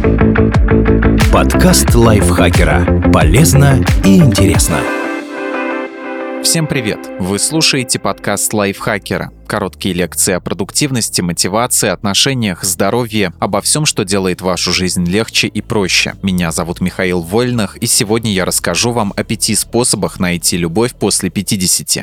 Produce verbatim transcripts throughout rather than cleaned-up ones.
Подкаст лайфхакера. Полезно и интересно. Всем привет! Вы слушаете подкаст лайфхакера. Короткие лекции о продуктивности, мотивации, отношениях, здоровье, обо всем, что делает вашу жизнь легче и проще. Меня зовут Михаил Вольных, и сегодня я расскажу вам о пяти способах найти любовь после пятидесяти.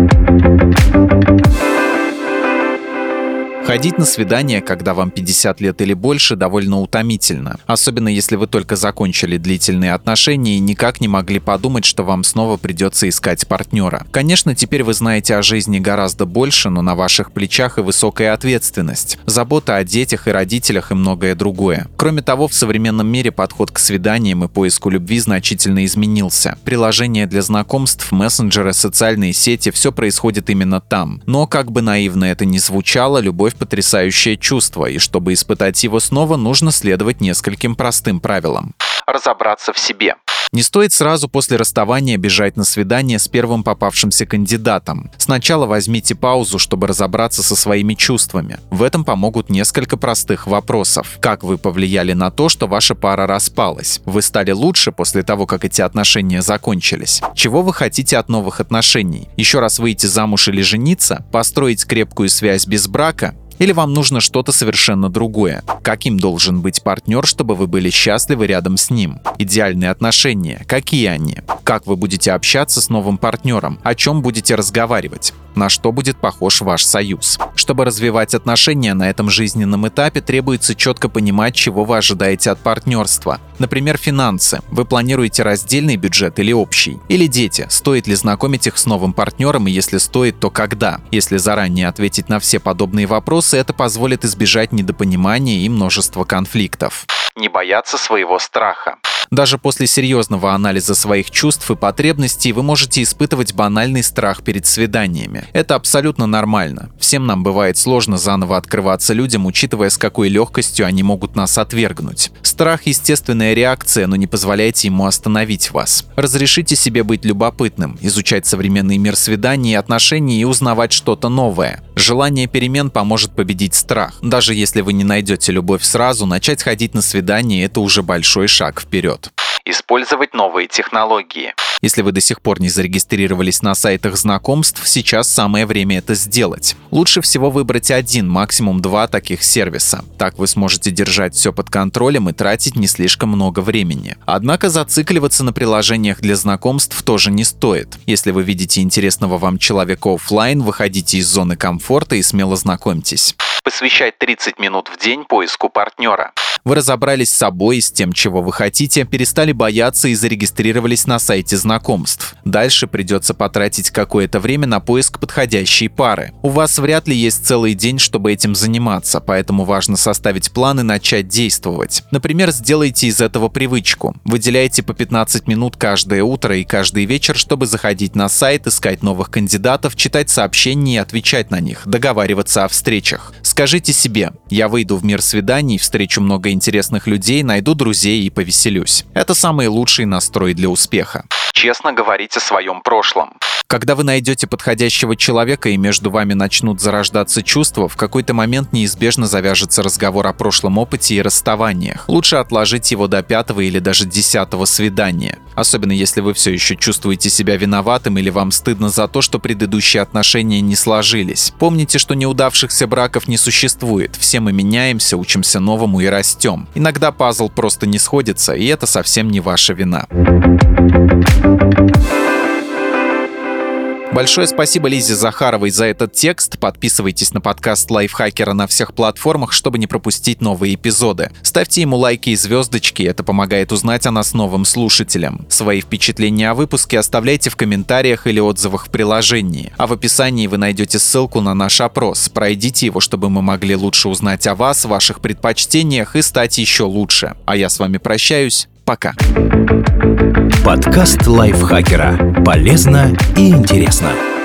Ходить на свидание, когда вам пятьдесят лет или больше, довольно утомительно. Особенно если вы только закончили длительные отношения и никак не могли подумать, что вам снова придется искать партнера. Конечно, теперь вы знаете о жизни гораздо больше, но на ваших плечах и высокая ответственность, забота о детях и родителях и многое другое. Кроме того, в современном мире подход к свиданиям и поиску любви значительно изменился. Приложения для знакомств, мессенджеры, социальные сети – все происходит именно там. Но, как бы наивно это ни звучало, любовь потрясающее чувство, и чтобы испытать его снова, нужно следовать нескольким простым правилам. Разобраться в себе. Не стоит сразу после расставания бежать на свидание с первым попавшимся кандидатом. Сначала возьмите паузу, чтобы разобраться со своими чувствами. В этом помогут несколько простых вопросов. Как вы повлияли на то, что ваша пара распалась? Вы стали лучше после того, как эти отношения закончились? Чего вы хотите от новых отношений? Еще раз выйти замуж или жениться? Построить крепкую связь без брака? Или вам нужно что-то совершенно другое? Каким должен быть партнер, чтобы вы были счастливы рядом с ним? Идеальные отношения. Какие они? Как вы будете общаться с новым партнером? О чем будете разговаривать? На что будет похож ваш союз? Чтобы развивать отношения на этом жизненном этапе, требуется четко понимать, чего вы ожидаете от партнерства. Например, финансы. Вы планируете раздельный бюджет или общий? Или дети? Стоит ли знакомить их с новым партнером, и если стоит, то когда? Если заранее ответить на все подобные вопросы, это позволит избежать недопонимания и множества конфликтов. Не бояться своего страха. Даже после серьезного анализа своих чувств и потребностей вы можете испытывать банальный страх перед свиданиями. Это абсолютно нормально. Всем нам бывает сложно заново открываться людям, учитывая, с какой легкостью они могут нас отвергнуть. Страх – естественная реакция, но не позволяйте ему остановить вас. Разрешите себе быть любопытным, изучать современный мир свиданий и отношений и узнавать что-то новое. Желание перемен поможет победить страх. Даже если вы не найдете любовь сразу, начать ходить на свидание – это уже большой шаг вперед. Использовать новые технологии. Если вы до сих пор не зарегистрировались на сайтах знакомств, сейчас самое время это сделать. Лучше всего выбрать один, максимум два таких сервиса. Так вы сможете держать все под контролем и тратить не слишком много времени. Однако зацикливаться на приложениях для знакомств тоже не стоит. Если вы видите интересного вам человека офлайн, выходите из зоны комфорта и смело знакомьтесь. Посвящать тридцать минут в день поиску партнера. Вы разобрались с собой и с тем, чего вы хотите, перестали бояться и зарегистрировались на сайте знакомств. Дальше придется потратить какое-то время на поиск подходящей пары. У вас вряд ли есть целый день, чтобы этим заниматься, поэтому важно составить план и начать действовать. Например, сделайте из этого привычку. Выделяйте по пятнадцать минут каждое утро и каждый вечер, чтобы заходить на сайт, искать новых кандидатов, читать сообщения и отвечать на них, договариваться о встречах. Скажите себе: я выйду в мир свиданий, встречу много интересных людей, найду друзей и повеселюсь. Это самый лучший настрой для успеха. Честно говорить о своем прошлом. Когда вы найдете подходящего человека и между вами начнут зарождаться чувства, в какой-то момент неизбежно завяжется разговор о прошлом опыте и расставаниях. Лучше отложить его до пятого или даже десятого свидания. Особенно если вы все еще чувствуете себя виноватым или вам стыдно за то, что предыдущие отношения не сложились. Помните, что неудавшихся браков не существует. Все мы меняемся, учимся новому и растем. Иногда пазл просто не сходится, и это совсем не ваша вина. Большое спасибо Лизе Захаровой за этот текст. Подписывайтесь на подкаст Лайфхакера на всех платформах, чтобы не пропустить новые эпизоды. Ставьте ему лайки и звездочки, это помогает узнать о нас новым слушателям. Свои впечатления о выпуске оставляйте в комментариях или отзывах в приложении. А в описании вы найдете ссылку на наш опрос. Пройдите его, чтобы мы могли лучше узнать о вас, ваших предпочтениях и стать еще лучше. А я с вами прощаюсь. Пока. Подкаст лайфхакера. Полезно и интересно.